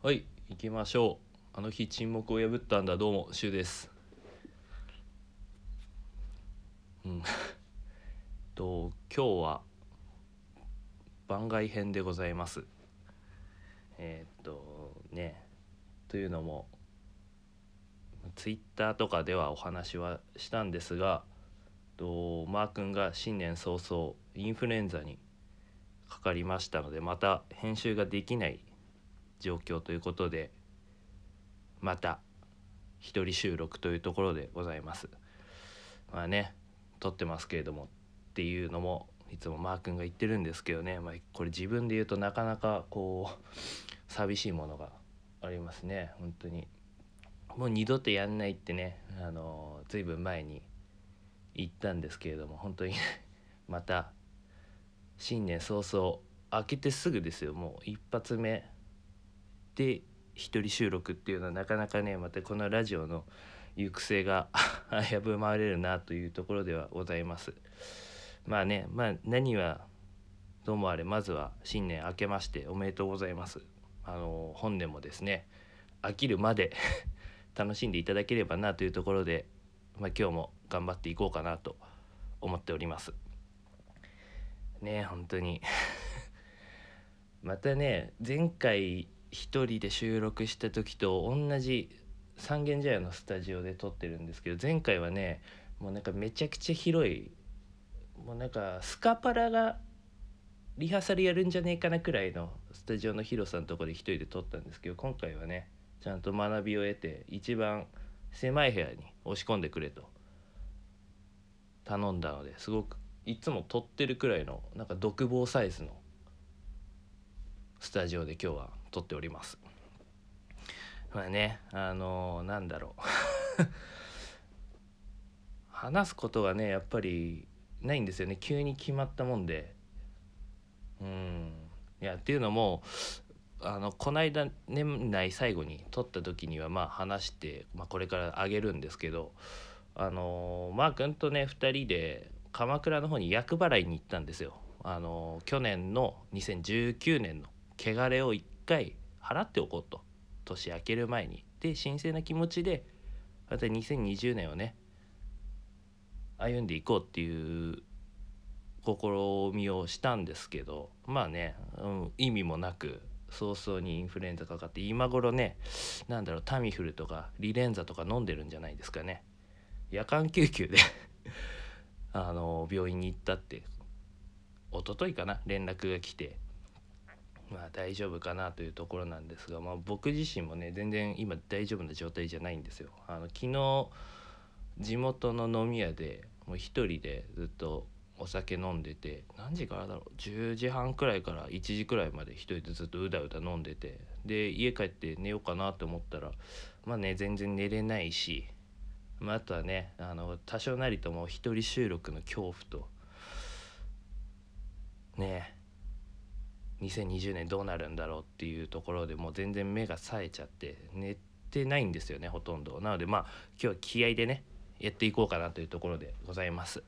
はい、行きましょう。あの日沈黙を破ったんだ。どうも、シュウです。今日は番外編でございます。というのも、ツイッターとかではお話はしたんですが、マー君が新年早々インフルエンザにかかりましたので、また編集ができない状況ということで、また一人収録というところでございます。まあね、撮ってますけれどもっていうのもいつもマー君が言ってるんですけどね、これ自分で言うとなかなか寂しいものがありますね。本当にもう二度とやんないってね、ずいぶん前に言ったんですけれども、本当にまた新年早々明けてすぐですよ。もう一発目で一人収録っていうのはなかなかね、またこのラジオの行く末が危ぶまれるなというところではございます。何はどうもあれ、まずは新年明けましておめでとうございます。本年もですね、飽きるまで楽しんでいただければなというところで、今日も頑張っていこうかなと思っておりますね。本当にまたね、前回一人で収録した時と同じ三軒茶屋のスタジオで撮ってるんですけど、前回はね、もうなんかめちゃくちゃ広い、もうなんかスカパラがリハーサルやるんじゃねえかなくらいのスタジオの広さのところで一人で撮ったんですけど、今回はねちゃんと学びを得て一番狭い部屋に押し込んでくれと頼んだので、すごくいつも撮ってるくらいのなんか独房サイズのスタジオで今日は撮っております。なんだろう話すことがねやっぱりないんですよね、急に決まったもんで。いやっていうのも、この間年内最後に撮った時には話して、これからあげるんですけど、マー君とね2人で鎌倉の方に厄払いに行ったんですよ。去年の2019年の汚れを1回払っておこうと、年明ける前にで神聖な気持ちでまた2020年をね歩んでいこうっていう試みをしたんですけど、意味もなく早々にインフルエンザかかって、今頃ねタミフルとかリレンザとか飲んでるんじゃないですかね。夜間救急で病院に行ったって一昨日かな連絡が来て、大丈夫かなというところなんですが、僕自身もね全然今大丈夫な状態じゃないんですよ。昨日地元の飲み屋でもう一人でずっとお酒飲んでて、何時からだろう、10時半くらいから1時くらいまで一人でずっとうだうだ飲んでて、で家帰って寝ようかなと思ったら全然寝れないし、あとはね多少なりとも一人収録の恐怖とね、2020年どうなるんだろうっていうところでもう全然目が冴えちゃって寝てないんですよね、ほとんど。なので今日は気合でねやっていこうかなというところでございます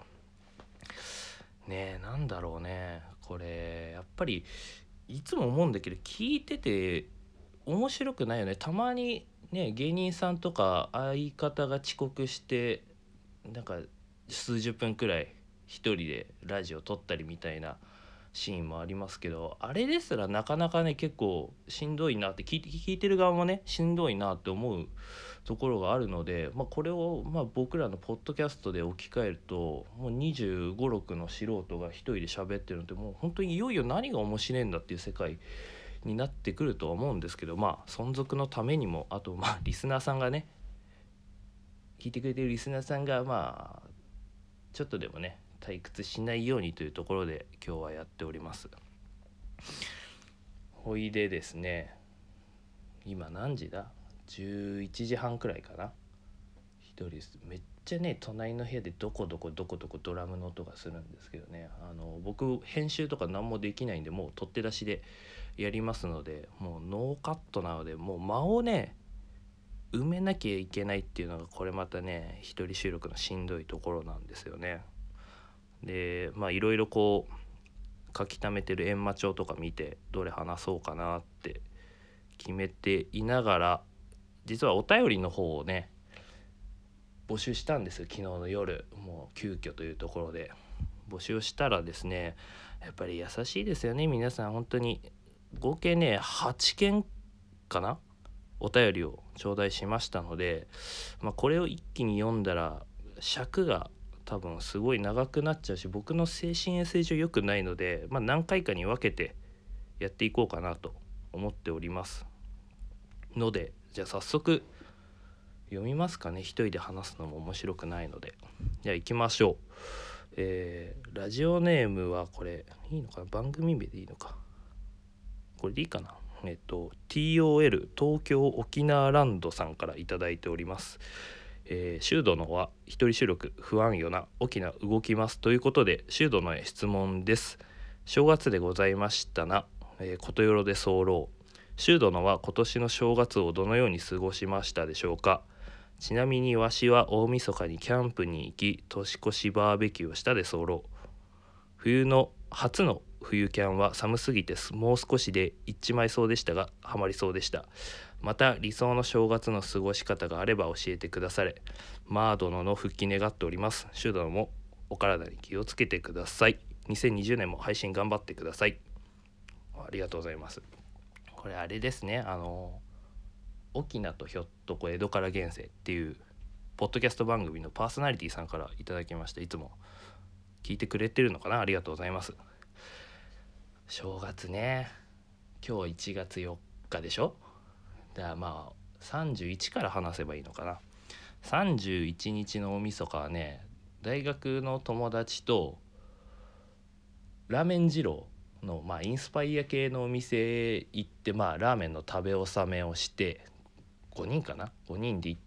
ね。なんだろうね、これやっぱりいつも思うんだけど聞いてて面白くないよね。たまにね芸人さんとか相方が遅刻してなんか数十分くらい一人でラジオ撮ったりみたいなシーンもありますけど、あれですらなかなかね結構しんどいなって、聞いてる側もねしんどいなって思うところがあるので、これを僕らのポッドキャストで置き換えると、もう25、6の素人が一人で喋ってるのって、もう本当にいよいよ何が面白いんだっていう世界になってくるとは思うんですけど、存続のためにも、あとリスナーさんがね、聞いてくれてるリスナーさんがちょっとでもね退屈しないようにというところで今日はやっております。ほいでですね、今何時だ、11時半くらいかな。一人です。めっちゃね隣の部屋でどこどこドラムの音がするんですけどね、僕編集とか何もできないんで、もう取って出しでやりますので、もうノーカットなので、もう間をね埋めなきゃいけないっていうのがこれまたね一人収録のしんどいところなんですよね。でいろいろ書き溜めてる閻魔帳とか見て、どれ話そうかなって決めていながら、実はお便りの方をね募集したんですよ。昨日の夜、もう急遽というところで募集をしたらですね、やっぱり優しいですよね皆さん。本当に合計ね8件かな、お便りを頂戴しましたので、これを一気に読んだら尺が多分すごい長くなっちゃうし、僕の精神衛生上良くないので、何回かに分けてやっていこうかなと思っておりますので、じゃあ早速読みますかね。一人で話すのも面白くないので、じゃあ行きましょう。ラジオネームはこれいいのかな、番組名でいいのか、これでいいかな。TOL 東京沖縄ランドさんからいただいております。シュードのは一人収録不安よな、沖縄動きますということで、シュードの質問です。正月でございましたな、ことよろで候。シュードのは今年の正月をどのように過ごしましたでしょうか。ちなみにわしは大晦日にキャンプに行き、年越しバーベキューをしたで候。冬の初の冬キャンは寒すぎてもう少しで行っちまいそうでしたが、ハマりそうでした。また理想の正月の過ごし方があれば教えてくだされ。マー殿の復帰願っております。シュー殿もお体に気をつけてください。2020年も配信頑張ってください。ありがとうございます。これあれですね、沖縄とひょっとこ江戸から現世っていうポッドキャスト番組のパーソナリティさんからいただきました。いつも聞いてくれてるのかな、ありがとうございます。正月ね、今日1月4日でしょ。だから31から話せばいいのかな。31日の大晦日はね、大学の友達とラーメン二郎の、インスパイア系のお店行って、ラーメンの食べ納めをして、5人かな、5人で行って、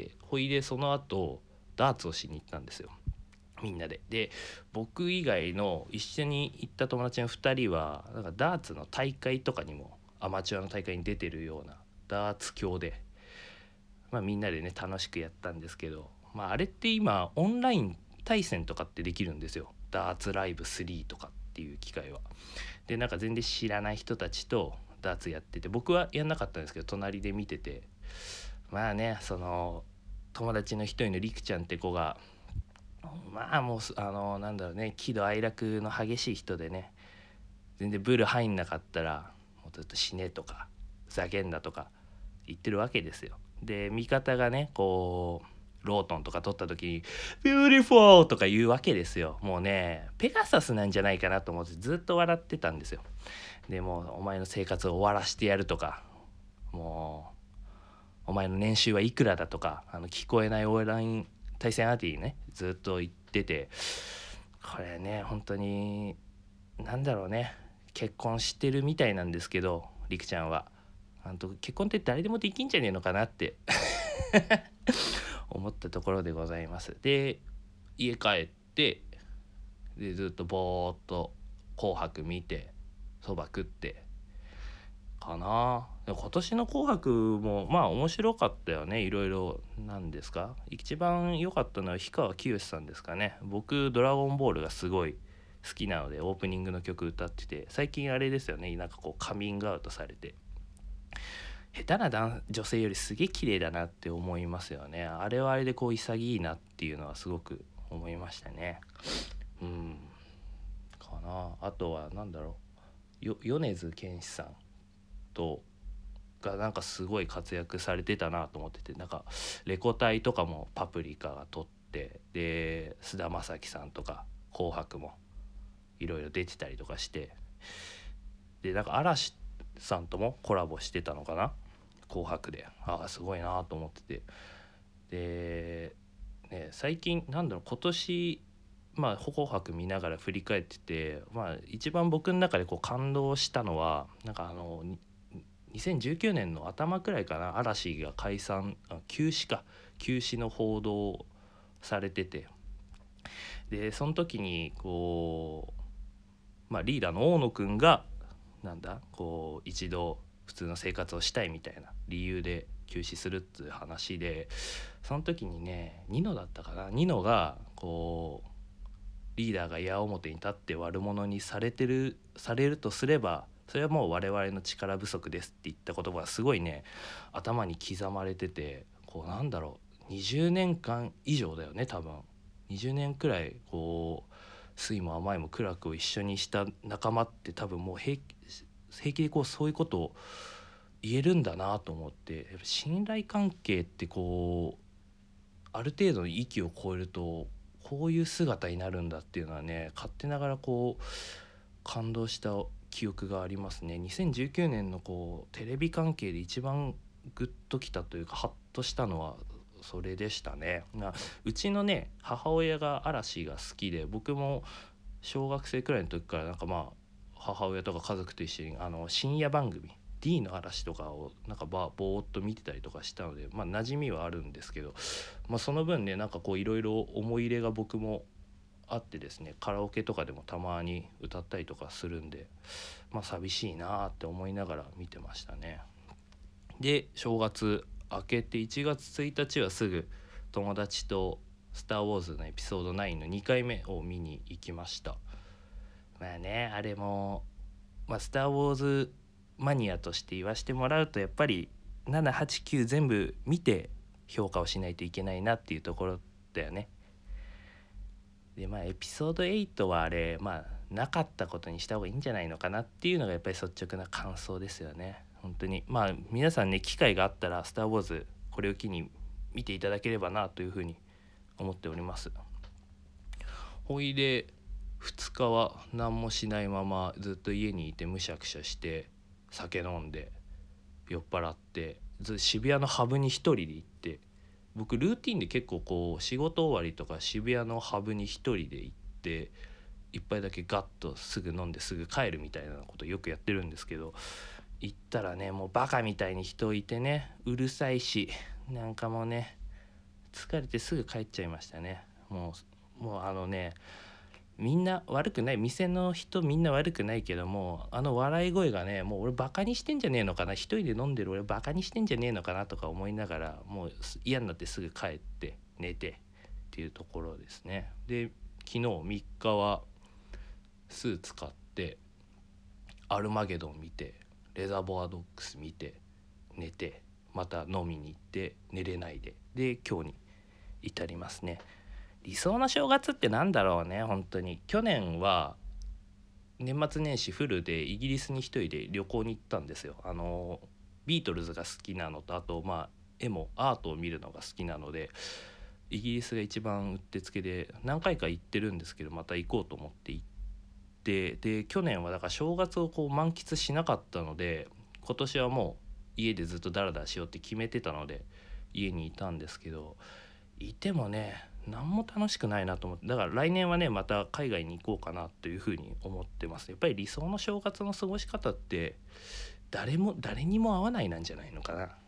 ほいでその後ダーツをしに行ったんですよ、みんなで。で僕以外の一緒に行った友達の2人はなんかダーツの大会とかにも、アマチュアの大会に出てるようなダーツ教で、みんなでね楽しくやったんですけど、あれって今オンライン対戦とかってできるんですよ、ダーツライブ3とかっていう機会は。でなんか全然知らない人たちとダーツやってて、僕はやんなかったんですけど隣で見てて、その友達の一人のりくちゃんって子がもうなんだろうね、喜怒哀楽の激しい人でね、全然ブル入んなかったらもうずっと死ねとかふざけんなとか言ってるわけですよ。で味方がねこうロートンとか取った時にビューティフォーとか言うわけですよ。もうねペガサスなんじゃないかなと思ってずっと笑ってたんですよ。でもうお前の生活を終わらしてやるとか、もうお前の年収はいくらだとか、聞こえないオンライン対戦アーティーにねずっと言ってて、これね本当になんだろうね、結婚してるみたいなんですけど、りくちゃんは結婚って誰でもできんじゃねえのかなって思ったところでございます。で家帰ってでずっとぼーっと紅白見てそば食ってかな。で今年の紅白も面白かったよね。いろいろなんですか、一番良かったのは氷川きよしさんですかね。僕ドラゴンボールがすごい好きなのでオープニングの曲歌ってて、最近あれですよね、なんかこうカミングアウトされて下手な女性よりすげえ綺麗だなって思いますよね。あれはあれでこう潔いなっていうのはすごく思いましたね。かな。あとはなんだろう、米津玄師さんとがなんかすごい活躍されてたなと思ってて、なんかレコ大とかもパプリカが撮って、で菅田将暉さんとか紅白もいろいろ出てたりとかして、でなんか嵐さんともコラボしてたのかな、紅白で。すごいなと思ってて、で、最近なんだろう、今年紅白見ながら振り返ってて、一番僕の中でこう感動したのはなんか2019年の頭くらいかな、嵐が休止の報道されてて、でその時にこう、リーダーの大野くんがこう一度普通の生活をしたいみたいな理由で休止するっていう話で、その時にねニノだったかな、ニノがこうリーダーが矢面に立って悪者にされるとすればそれはもう我々の力不足ですって言った言葉がすごいね頭に刻まれてて、こうなんだろう、20年間以上だよね多分。20年くらいこう酸いも甘いも苦楽を一緒にした仲間って多分もう平気でこうそういうことを言えるんだなと思って、やっぱ信頼関係ってこうある程度の域を超えるとこういう姿になるんだっていうのはね、勝手ながらこう感動した記憶がありますね。2019年のこうテレビ関係で一番グッときたというかハッとしたのはそれでしたね。うちのね母親が嵐が好きで、僕も小学生くらいの時からなんかまあ母親とか家族と一緒に深夜番組 D の嵐とかをなんかぼーっと見てたりとかしたので、まあ馴染みはあるんですけど、まあ、その分ねなんかこういろいろ思い入れが僕もあってですね、カラオケとかでもたまに歌ったりとかするんで、まあ寂しいなって思いながら見てましたね。で正月明けて1月1日はすぐ友達とスターウォーズのエピソード9の2回目を見に行きました。まあねあれも、まあ、スターウォーズマニアとして言わせてもらうとやっぱり789全部見て評価をしないといけないなっていうところだよね。でまあエピソード8はあれまあなかったことにした方がいいんじゃないのかなっていうのがやっぱり率直な感想ですよね。本当にまあ皆さんね機会があったらスター・ウォーズこれを機に見ていただければなというふうに思っております。ほいで2日は何もしないままずっと家にいてむしゃくしゃして酒飲んで酔っ払って渋谷のハブに一人で行って、僕ルーティンで結構こう仕事終わりとか渋谷のハブに一人で行って一杯だけガッとすぐ飲んですぐ帰るみたいなことよくやってるんですけど、行ったらねもうバカみたいに人いてね、うるさいしなんかもうね疲れてすぐ帰っちゃいましたね。もうみんな悪くない、店の人みんな悪くないけども、笑い声がねもう俺バカにしてんじゃねえのかな、一人で飲んでる俺バカにしてんじゃねえのかなとか思いながら、もう嫌になってすぐ帰って寝てっていうところですね。で昨日3日はスーツ買ってアルマゲドン見てレザーボアドックス見て寝てまた飲みに行って寝れないで今日に至りますね。理想の正月ってなんだろうね本当に。去年は年末年始フルでイギリスに一人で旅行に行ったんですよ。ビートルズが好きなのと、あとまあ絵もアートを見るのが好きなのでイギリスが一番うってつけで何回か行ってるんですけど、また行こうと思って行って、で去年はだから正月をこう満喫しなかったので、今年はもう家でずっとダラダラしようって決めてたので家にいたんですけど、いてもね何も楽しくないなと思って、だから来年はねまた海外に行こうかなというふうに思ってます。やっぱり理想の正月の過ごし方って誰にも合わないなんじゃないのかな。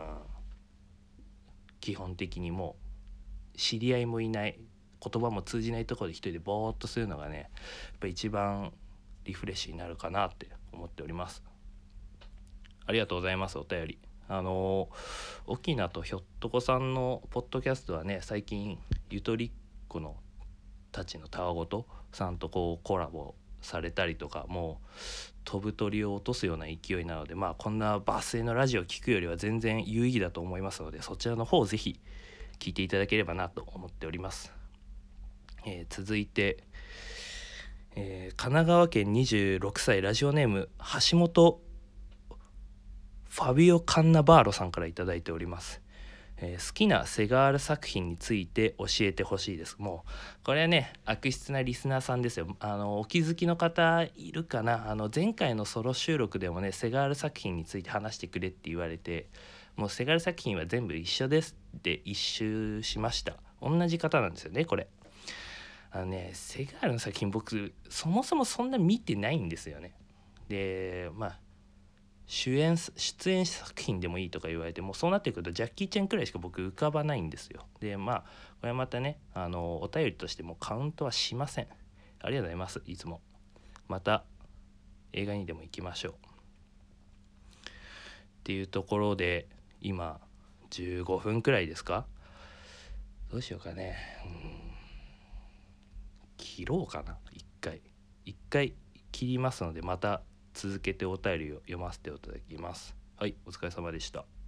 基本的にもう知り合いもいない言葉も通じないところで一人でぼーっとするのがねやっぱ一番リフレッシュになるかなって思っております。ありがとうございます。お便り沖縄とひょっとこさんのポッドキャストはね最近ゆとりっ子のたちのたわごとさんとこうコラボされたりとか、もう飛ぶ鳥を落とすような勢いなので、まあこんなバスへのラジオを聞くよりは全然有意義だと思いますので、そちらの方をぜひ聞いていただければなと思っております。続いて、神奈川県26歳ラジオネーム橋本ファビオ・カンナバーロさんからいただいております。好きなセガール作品について教えてほしいです。もうこれはね悪質なリスナーさんですよ。お気づきの方いるかな。前回のソロ収録でもねセガール作品について話してくれって言われて、もうセガール作品は全部一緒ですって一周しました。同じ方なんですよねこれ。セガールの作品僕そもそもそんな見てないんですよね。でまあ出演作品でもいいとか言われてもそうなってくるとジャッキー・チェンくらいしか僕浮かばないんですよ。でまあこれはまたねお便りとしてもカウントはしません。ありがとうございます。いつもまた映画にでも行きましょうっていうところで、今15分くらいですか。どうしようかね。切ろうかな。一回切りますのでまた続けてお便りを読ませていただきます。はい、お疲れ様でした。